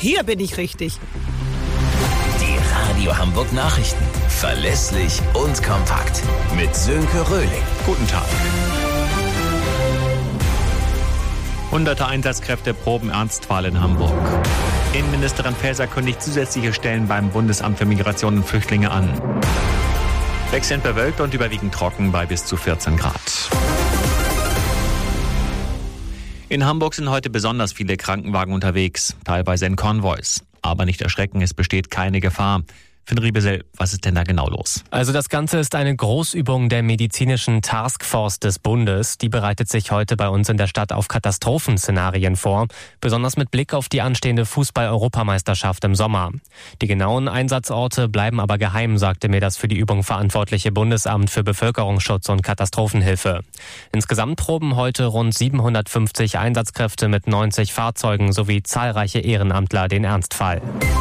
hier bin ich richtig. Die Radio Hamburg Nachrichten. Verlässlich und kompakt. Mit Sönke Röhling. Guten Tag. Hunderte Einsatzkräfte proben Ernstfall in Hamburg. Innenministerin Faeser kündigt zusätzliche Stellen beim Bundesamt für Migration und Flüchtlinge an. Wechselnd bewölkt und überwiegend trocken bei bis zu 14 Grad. In Hamburg sind heute besonders viele Krankenwagen unterwegs, teilweise in Konvois. Aber nicht erschrecken, es besteht keine Gefahr. Finn Riebesel, was ist denn da genau los? Also das Ganze ist eine Großübung der medizinischen Taskforce des Bundes. Die bereitet sich heute bei uns in der Stadt auf Katastrophenszenarien vor, besonders mit Blick auf die anstehende Fußball-Europameisterschaft im Sommer. Die genauen Einsatzorte bleiben aber geheim, sagte mir das für die Übung verantwortliche Bundesamt für Bevölkerungsschutz und Katastrophenhilfe. Insgesamt proben heute rund 750 Einsatzkräfte mit 90 Fahrzeugen sowie zahlreiche Ehrenamtler den Ernstfall.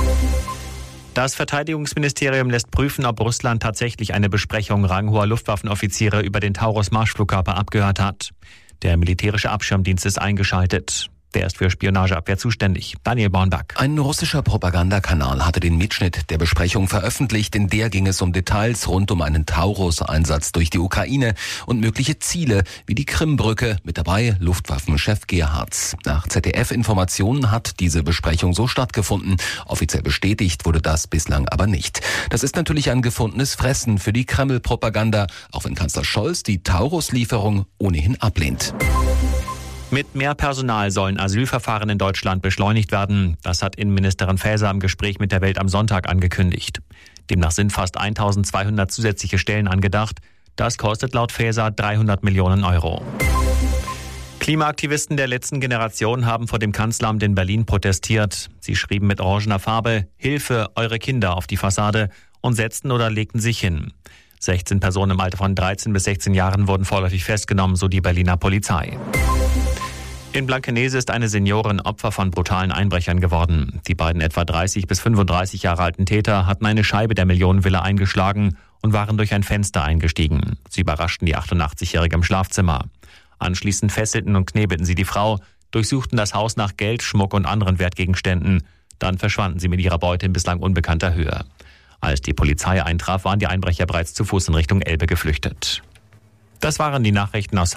Das Verteidigungsministerium lässt prüfen, ob Russland tatsächlich eine Besprechung ranghoher Luftwaffenoffiziere über den Taurus-Marschflugkörper abgehört hat. Der militärische Abschirmdienst ist eingeschaltet. Der ist für Spionageabwehr zuständig. Daniel Bornberg. Ein russischer Propagandakanal hatte den Mitschnitt der Besprechung veröffentlicht. In der ging es um Details rund um einen Taurus-Einsatz durch die Ukraine und mögliche Ziele wie die Krimbrücke. Mit dabei Luftwaffenchef Gerhards. Nach ZDF-Informationen hat diese Besprechung so stattgefunden. Offiziell bestätigt wurde das bislang aber nicht. Das ist natürlich ein gefundenes Fressen für die Kreml-Propaganda, auch wenn Kanzler Scholz die Taurus-Lieferung ohnehin ablehnt. Mit mehr Personal sollen Asylverfahren in Deutschland beschleunigt werden. Das hat Innenministerin Faeser im Gespräch mit der Welt am Sonntag angekündigt. Demnach sind fast 1200 zusätzliche Stellen angedacht. Das kostet laut Faeser 300 Millionen Euro. Klimaaktivisten der letzten Generation haben vor dem Kanzleramt in Berlin protestiert. Sie schrieben mit orangener Farbe „Hilfe, eure Kinder" auf die Fassade und setzten oder legten sich hin. 16 Personen im Alter von 13 bis 16 Jahren wurden vorläufig festgenommen, so die Berliner Polizei. In Blankenese ist eine Seniorin Opfer von brutalen Einbrechern geworden. Die beiden etwa 30 bis 35 Jahre alten Täter hatten eine Scheibe der Millionenvilla eingeschlagen und waren durch ein Fenster eingestiegen. Sie überraschten die 88-Jährige im Schlafzimmer. Anschließend fesselten und knebelten sie die Frau, durchsuchten das Haus nach Geld, Schmuck und anderen Wertgegenständen. Dann verschwanden sie mit ihrer Beute in bislang unbekannter Höhe. Als die Polizei eintraf, waren die Einbrecher bereits zu Fuß in Richtung Elbe geflüchtet. Das waren die Nachrichten aus